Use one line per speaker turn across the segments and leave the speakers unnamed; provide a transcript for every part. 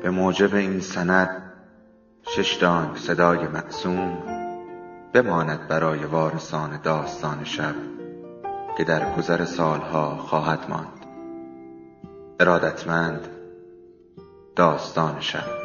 به موجب این سند 6 دانگ صدای معصوم بماند برای وارثان داستان شب که در گذر سالها خواهد ماند. ارادتمند، داستان شب.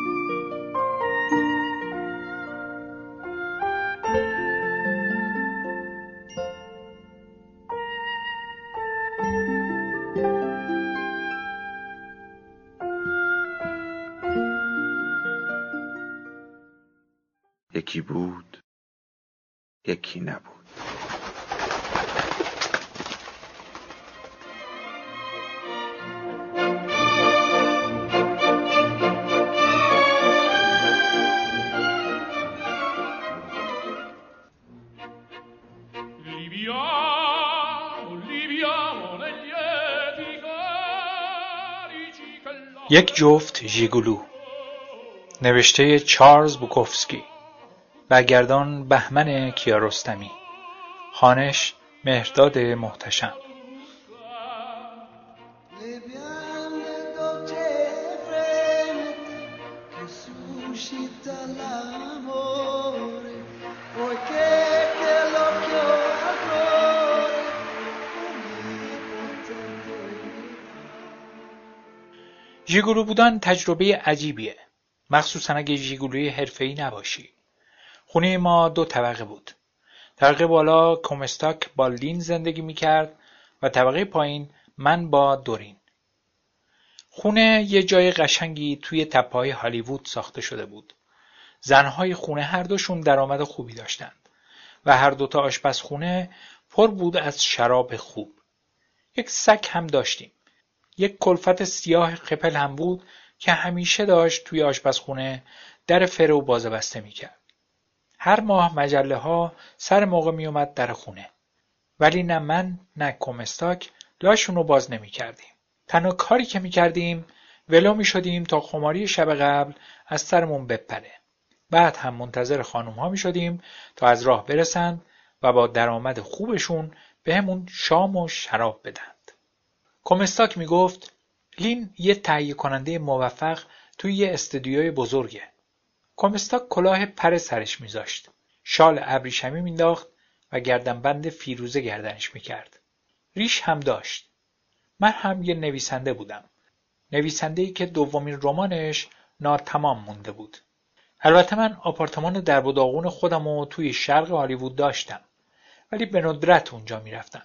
یکی بود، یکی نبود.
یک جفت ژیگولو، نوشته چارلز بوکوفسکی، برگردان بهمن کیارستمی، خوانش مهرداد محتشم. ژیگولو بودن تجربه عجیبیه، مخصوصا اگه ژیگولوی حرفه‌ای نباشی. خونه ما 2 طبقه بود. طبقه بالا کومستاک با لین زندگی میکرد و طبقه پایین من با دورین. خونه یه جای قشنگی توی تپه‌های هالیوود ساخته شده بود. زنهای خونه هر دوشون درآمد خوبی داشتند و هر دوتا آشپزخونه پر بود از شراب خوب. یک سگ هم داشتیم. یک کلفت سیاه قپل هم بود که همیشه داشت توی آشپزخونه در فرو باز و بسته میکرد. هر ماه مجله ها سر موقع می اومد در خونه. ولی نه من نه کومستاک لاشونو باز نمی کردیم. تنها کاری که می کردیم ولو می شدیم تا خماری شب قبل از سرمون بپره. بعد هم منتظر خانم ها می شدیم تا از راه برسند و با درآمد خوبشون بهمون شام و شراب بدند. کومستاک می گفت لین یه تهیه کننده موفق توی یه استودیوی بزرگه. کومستاک کلاه پر سرش میذاشت، شال ابریشمی مینداخت و گردنبند فیروزه گردنش میکرد. ریش هم داشت. من هم یه نویسنده بودم. نویسنده‌ای که 2مین رمانش ناتمام مونده بود. البته من آپارتمان درب و داغون خودمو توی شرق هالیوود داشتم، ولی به ندرت اونجا میرفتم.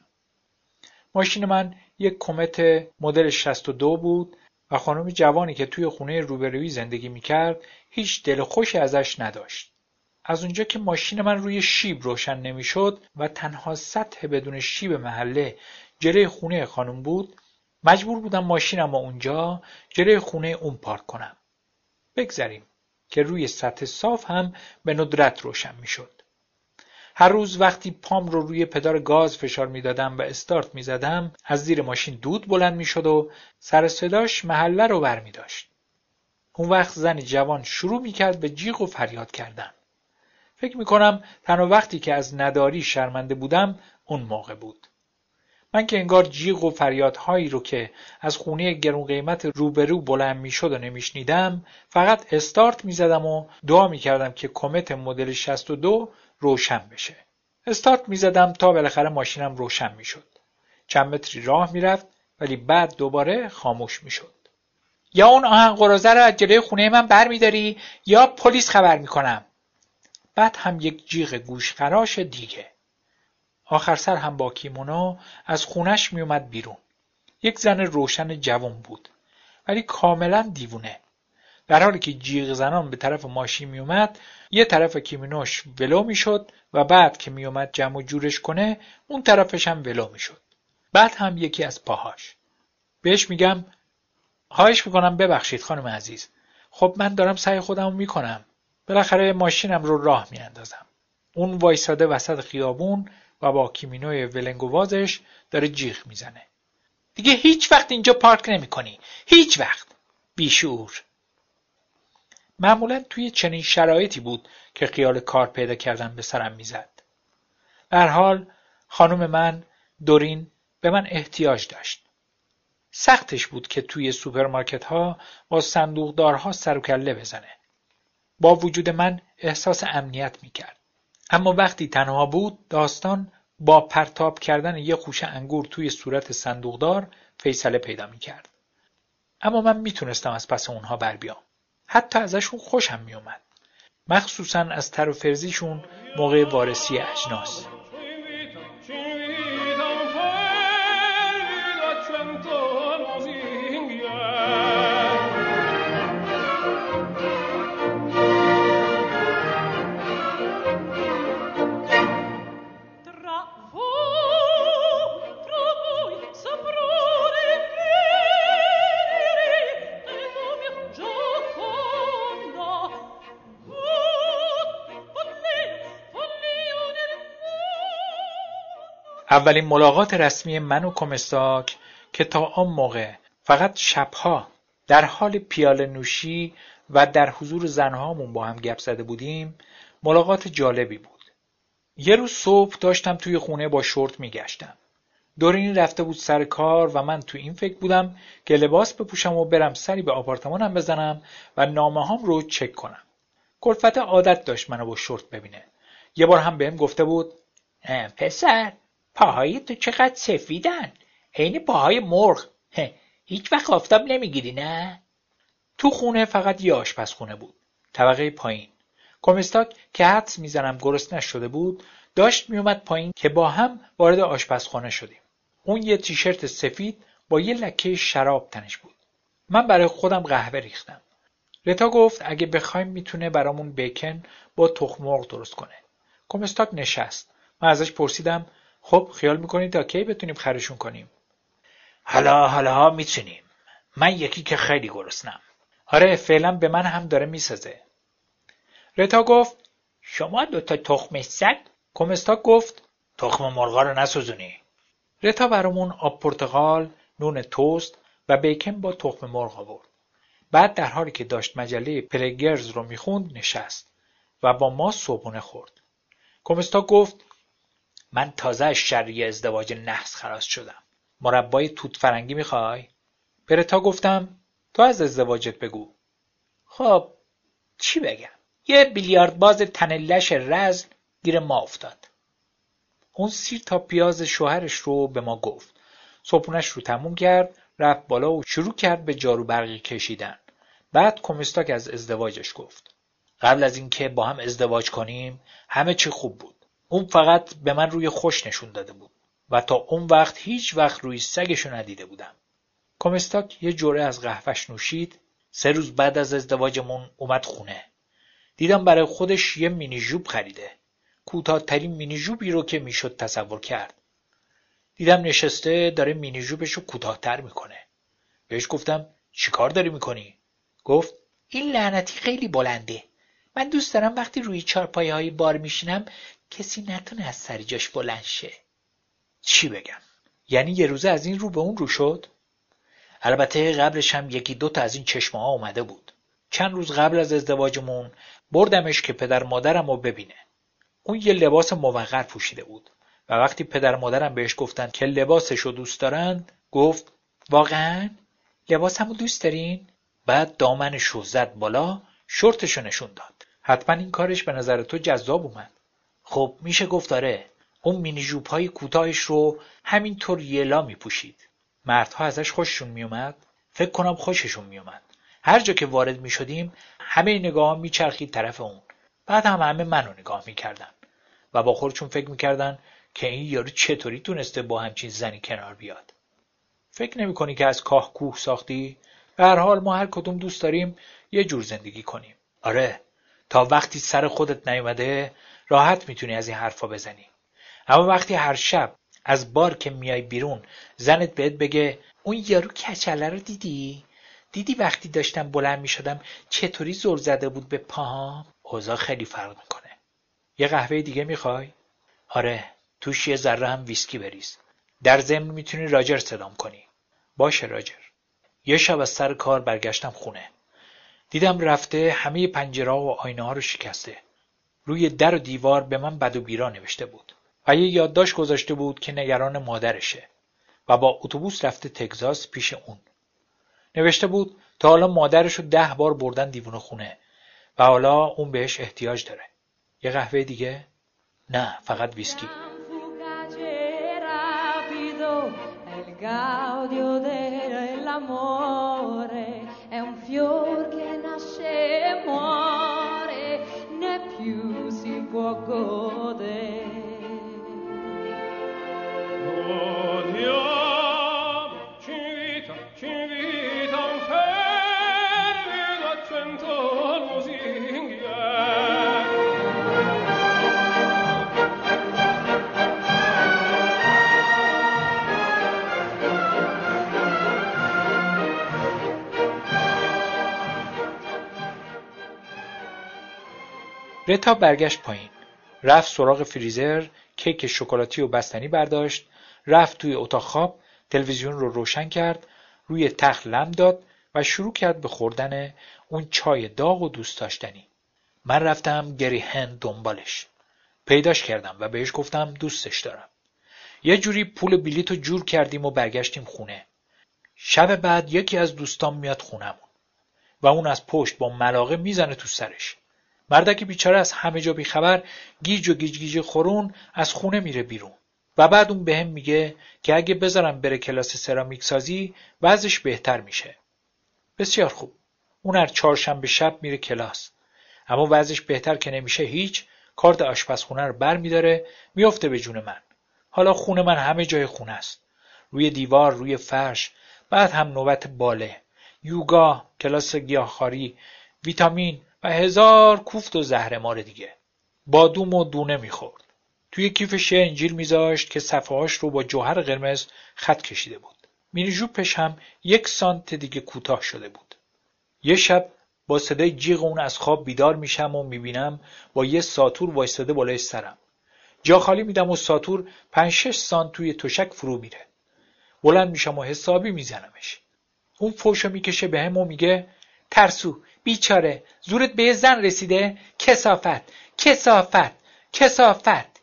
ماشین من یک کومت مدل 62 بود و خانم جوانی که توی خونه روبرویی زندگی میکرد هیچ دل خوشی ازش نداشت. از اونجا که ماشین من روی شیب روشن نمیشد و تنها سطح بدون شیب محله جلوی خونه خانم بود، مجبور بودم ماشینم اونجا جلوی خونه اون پارک کنم. بگذاریم که روی سطح صاف هم به ندرت روشن میشد. هر روز وقتی پام رو روی پدال گاز فشار میدادم و استارت میزدم، از زیر ماشین دود بلند میشد و سر صداش محله رو برمی داشت. اون وقت زن جوان شروع میکرد به جیغ و فریاد کردن. فکر میکنم تنها وقتی که از نداری شرمنده بودم اون موقع بود. من که انگار جیغ و فریادهایی رو که از خونه گرون قیمت روبرو بلند میشد و نمیشنیدم، فقط استارت میزدم و دعا میکردم که کومت مدل 62 روشن بشه. استارت میزدم تا بالاخره ماشینم روشن میشد. چند متری راه میرفت ولی بعد دوباره خاموش میشد. یا اون آهن قراضه رو از جلوی خونه من برمیداری یا پلیس خبر میکنم. بعد هم یک جیغ گوشخراش دیگه. آخر سر هم با کیمونو از خونش میومد بیرون. یک زن روشن جوان بود ولی کاملا دیوونه. در حالی که جیغ زنان به طرف ماشین میومد، یه طرف کیمونوش ولو میشد و بعد که میومد جمع و جورش کنه اون طرفش هم ولو میشد. بعد هم یکی از پاهاش. بهش میگم خواهش میکنم ببخشید خانم عزیز. خب من دارم سعی خودمو میکنم. بالاخره ماشینم رو راه میاندازم. اون وایساده وسط خیابون و با کیمینوی ولنگوازش داره جیغ میزنه. دیگه هیچ وقت اینجا پارک نمی‌کنی. هیچ وقت. بیشعور. معمولاً توی چنین شرایطی بود که خیال کار پیدا کردن به سرم میزد. به هر حال خانم من دورین به من احتیاج داشت. سختش بود که توی سوپرمارکت ها با صندوقدارها سر و کله بزنه. با وجود من احساس امنیت میکرد. اما وقتی تنها بود داستان با پرتاب کردن یه خوشه انگور توی صورت صندوقدار فیصله پیدا میکرد. اما من میتونستم از پس اونها بر بیام. حتی ازشون خوشم میومد. مخصوصاً از تر و فرزیشون موقع وارسی اجناس. اولین ملاقات رسمی من و کمستاک که تا آن موقع فقط شبها در حال پیاله نوشی و در حضور زنهامون با هم گپ زده بودیم، ملاقات جالبی بود. یه روز صبح داشتم توی خونه با شورت میگشتم. دورین رفته بود سر کار و من تو این فکر بودم که لباس بپوشم و برم سری به آپارتمانم بزنم و نامه‌هام رو چک کنم. کلفت عادت داشت منو با شورت ببینه. یه بار هم بهم گفته بود پسر، پاهای تو چقدر سفیدن، عین پاهای مرغ. هیچ وقت آفتاب نمیگیری نه؟ تو خونه فقط یه آشپزخونه بود، طبقه پایین. کمستاک که حدس میزنم گرسنه شده بود داشت میومد پایین که با هم وارد آشپزخانه شدیم. اون یه تیشرت سفید با یه لکه شراب تنش بود. من برای خودم قهوه ریختم. رتا گفت اگه بخوایم میتونه برامون بیکن با تخم مرغ درست کنه. کمستاک نشست. من ازش پرسیدم خب خیال میکنی تا کی بتونیم خرشون کنیم؟ حالا میتونیم. من یکی که خیلی گرسنم. آره فعلا به من هم داره میسازه. رتا گفت شما 2 تخم سگ؟ کمستاک گفت تخم مرغا رو نسوزونی. رتا برامون آب پرتقال، نون توست و بیکن با تخم مرغ آورد. بعد در حالی که داشت مجله پلگرز رو میخوند نشست و با ما صبحونه خورد. کمستاک گفت من تازه از شر ازدواج نحس خلاص شدم. مربای توت فرنگی میخوای؟ به رتا گفتم تو از ازدواجت بگو. خب چی بگم؟ یه بیلیارد باز تنلش رزل گیر ما افتاد. اون 30 تا پیاز شوهرش رو به ما گفت. صبحونش رو تموم کرد، رفت بالا و شروع کرد به جارو برقی کشیدن. بعد کمستاک از ازدواجش گفت. قبل از اینکه با هم ازدواج کنیم همه چی خوب بود. اون فقط به من روی خوش نشون داده بود و تا اون وقت هیچ وقت روی سگشو ندیده بودم. کمستاک یه جرعه از قهوه‌اش نوشید. 3 روز بعد از ازدواجمون اومد خونه. دیدم برای خودش یه مینی ژوب خریده. کوتاه‌ترین مینی ژوبی رو که میشد تصور کرد. دیدم نشسته داره مینی ژوبشو کوتاه‌تر میکنه. بهش گفتم چیکار داری میکنی؟ گفت این لعنتی خیلی بلنده. من دوست دارم وقتی روی چهارپایه‌های بار میشینم کسی نتونه از سر جاش بلند شه. چی بگم؟ یعنی یه روزه از این رو به اون رو شد؟ البته قبلش هم 1-2 تا از این چشمه ها اومده بود. چند روز قبل از ازدواجمون بردمش که پدر مادرم رو ببینه. اون یه لباس موقر پوشیده بود و وقتی پدر مادرم بهش گفتن که لباسش رو دوست دارن گفت واقعاً؟ لباسمو دوست دارین؟ بعد دامنش رو زد بالا، شورتشو نشون داد. حتما این کارش به نظر تو جذاب اومد. خب میشه گفت آره. اون مینی ژوب‌های کوتاهش رو همینطور یلا میپوشید. مردها ازش خوششون میومد. فکر کنم خوششون میومد. هر جا که وارد میشدیم همه نگاه‌ها میچرخید طرف اون. بعد همه منو نگاه میکردن و با خودشون فکر میکردن که این یارو چطوری تونسته با همچین زنی کنار بیاد. فکر نمی‌کنی که از کاه کوه ساختی؟ به هر حال ما هر کدوم دوست داریم یه جور زندگی کنیم. آره، تا وقتی سر خودت نیومده راحت میتونی از این حرفا بزنی. اما وقتی هر شب از بار که میای بیرون زنت بهت بگه اون یارو کچله رو دیدی؟ دیدی وقتی داشتم بلند میشدم چطوری زل زده بود به پاهام؟ اوضاع خیلی فرق میکنه. یه قهوه دیگه میخوای؟ آره، توش یه ذره هم ویسکی بریز. در ضمن میتونی راجر صدام کنی. باشه راجر. یه شب از سر کار برگشتم خونه. دیدم رفته همه پنجره‌ها و آینه‌ها رو شکسته. روی در و دیوار به من بد و بیرا نوشته بود و یه یادداشت گذاشته بود که نگران مادرشه. و با اتوبوس رفته تگزاس پیش اون. نوشته بود تا حالا مادرش رو 10 بار بردن دیوونه خونه و حالا اون بهش احتیاج داره. یه قهوه دیگه؟ نه، فقط ویسکی. رتا برگشت پایین. رفت سراغ فریزر، کیک شکلاتی و بستنی برداشت، رفت توی اتاق خواب، تلویزیون رو روشن کرد، روی تخت لم داد و شروع کرد به خوردن اون چای داغ و دوست داشتنی. من رفتم گری هند دنبالش. پیداش کردم و بهش گفتم دوستش دارم. یه جوری پول بلیطو جور کردیم و برگشتیم خونه. شب بعد یکی از دوستام میاد خونمون و اون از پشت با ملاقه میزنه تو سرش. مردک بیچاره از همه جا بیخبر گیج و گیج خورون از خونه میره بیرون و بعد اون بهم میگه که اگه بذارم بره کلاس سرامیک سازی وضعش بهتر میشه. بسیار خوب. اون هر چهارشنبه شب میره کلاس. اما وضعش بهتر که نمیشه هیچ، کارت آشپزخونه رو برمیداره میفته به جون من. حالا خونه من همه جای خونه است. روی دیوار، روی فرش، بعد هم نوبت باله، یوگا، کلاس گیاهخواری، ویتامین و 1000 کوفت و زهرمار دیگه. بادوم و دونه میخورد. توی کیفش یه انجیل میذاشت که صفحه‌هاش رو با جوهر قرمز خط کشیده بود. مینی ژوپش هم 1 سانت دیگه کوتاه شده بود. یه شب با صدای جیغ اون از خواب بیدار میشم و میبینم با یه ساتور وایستاده بالای سرم. جا خالی میدم و ساتور 5-6 سانت توی تشک فرو میره. بلند میشم و حسابی میزنمش. اون فوشو میکشه بهم و میگه ترسو، بیچاره، زورت به یه زن رسیده؟ کثافت، کثافت، کثافت.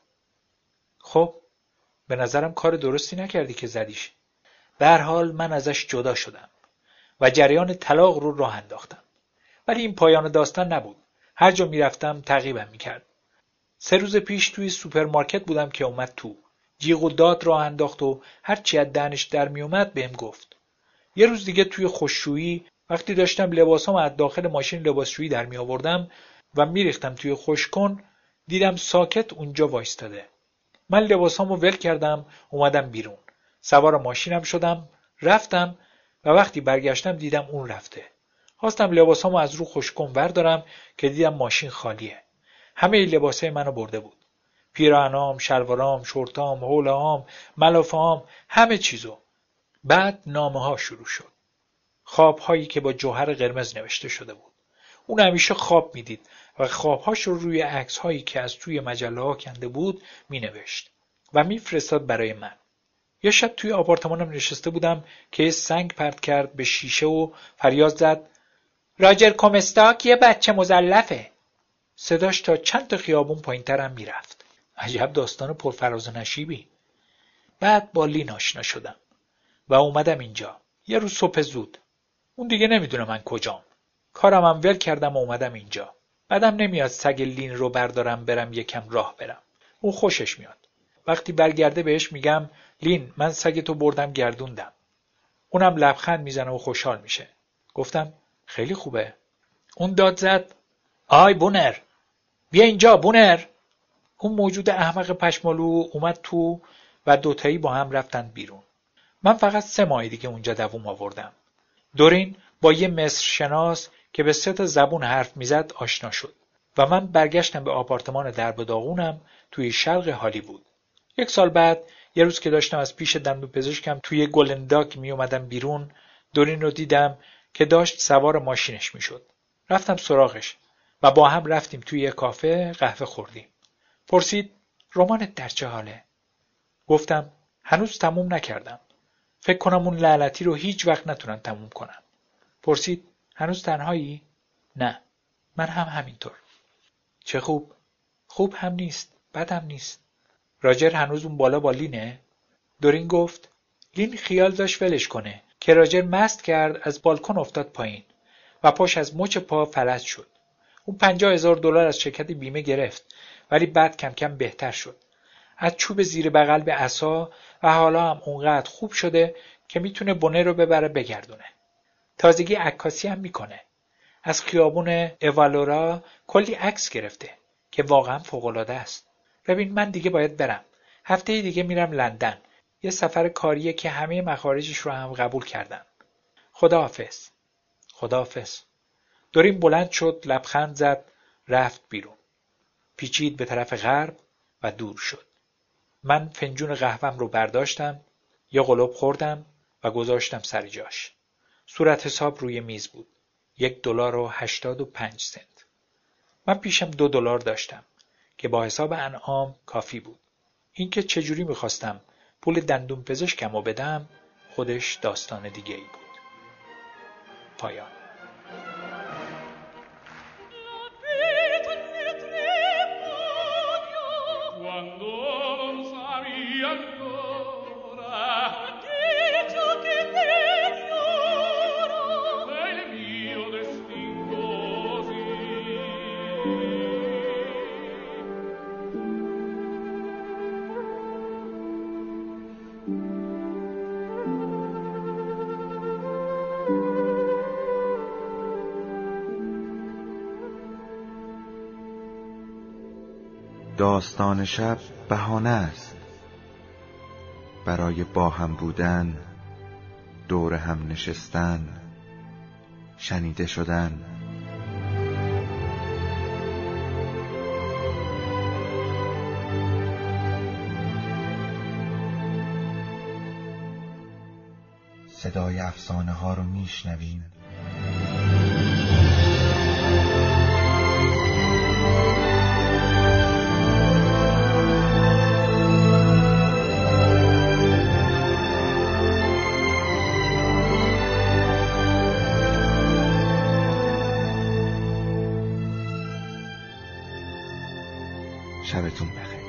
خب به نظرم کار درستی نکردی که زدیش. به هر حال من ازش جدا شدم و جریان طلاق رو راه انداختم. ولی این پایان داستان نبود. هر جا میرفتم تعقیبم میکرد. 3 روز پیش توی سوپرمارکت بودم که اومد تو. جیغ و داد راه انداخت و هر چی از دهنش در میومد بهم گفت. یه روز دیگه توی خشکشویی وقتی داشتم لباسامو از داخل ماشین لباسشویی در می آوردم و میریختم توی خشککن، دیدم ساکت اونجا وایستاده. من لباسامو ول کردم، اومدم بیرون. سوار ماشینم شدم، رفتم و وقتی برگشتم دیدم اون رفته. خواستم لباسامو از رو خشککن بردارم که دیدم ماشین خالیه. همه لباسای منو برده بود. پیراهنام، شلوارام، شورتام، حوله‌هام، ملافه‌هام، همه چیزو. بعد نامه‌ها شروع شد. خواب‌هایی که با جوهر قرمز نوشته شده بود. اون همیشه خواب میدید و خواب‌هاش رو روی عکس‌هایی که از توی مجله‌ها کنده بود مینوشت و میفرستاد برای من. یه شب توی آپارتمانم نشسته بودم که یه سنگ پرت کرد به شیشه و فریاد زد راجر کومستاک یه بچه مزلفه. صداش تا چند تا خیابون پایین‌ترم میرفت. عجب داستان پرفراز و نشیبی. بعد با لین آشنا شدم و اومدم اینجا. یه روز صبح زود. اون دیگه نمیدونه من کجام. کارم هم ول کردم و اومدم اینجا. بعدم نمیاد سگ لین رو بردارم برم یکم راه برم. اون خوشش میاد. وقتی برگرده بهش میگم لین من سگتو بردم گردوندم. اونم لبخند میزنه و خوشحال میشه. گفتم خیلی خوبه. اون داد زد آی بونر، بیا اینجا بونر. اون موجود احمق پشمالو اومد تو و دوتایی با هم رفتن بیرون. من فقط 3 ماه دیگه اونجا دووم آوردم. دورین با یه مصر شناس که به 3 تا زبون حرف میزد آشنا شد و من برگشتم به آپارتمان درب داغونم توی شرق هالیوود. 1 سال بعد یه روز که داشتم از پیش دندونپزشکم توی گلنداک می اومدم بیرون، دورین رو دیدم که داشت سوار ماشینش میشد. رفتم سراغش و با هم رفتیم توی یه کافه قهوه خوردیم. پرسید رمانت در چه حاله؟ گفتم هنوز تموم نکردم. فکر کنم اون لعنتی رو هیچ وقت نتونم تموم کنم. پرسید هنوز تنهایی؟ نه. من هم همینطور. چه خوب. خوب هم نیست. بد هم نیست. راجر هنوز اون بالا با لینه؟ دورین گفت لین خیال داشت ولش کنه که راجر مست کرد از بالکن افتاد پایین و پاش از مچ پا فلج شد. اون $50,000 از شرکت بیمه گرفت ولی بعد کم کم بهتر شد. از چوب زیر بغل به عصا و حالا هم اونقدر خوب شده که میتونه بونه رو ببره بگردونه. تازگی عکاسی هم میکنه. از خیابون اوالورا کلی عکس گرفته که واقعا فوق‌العاده است. ببین من دیگه باید برم. هفته دیگه میرم لندن. یه سفر کاریه که همه مخارجش رو هم قبول کردن. خداحافظ. خداحافظ. دورین بلند شد، لبخند زد، رفت بیرون. پیچید به طرف غرب و دور شد. من فنجون قهوه‌ام رو برداشتم، یه قلوب خوردم و گذاشتم سر جاش. صورت حساب روی میز بود. $1.85. من پیشم $2 داشتم که با حساب انعام کافی بود. اینکه چجوری میخواستم پول دندون پزشکمو بدم خودش داستان دیگه ای بود. پایان.
داستان شب بهانه است برای با هم بودن، دور هم نشستن، شنیده شدن. صدای افسانه ها رو میشنویم. شبتون بخیر.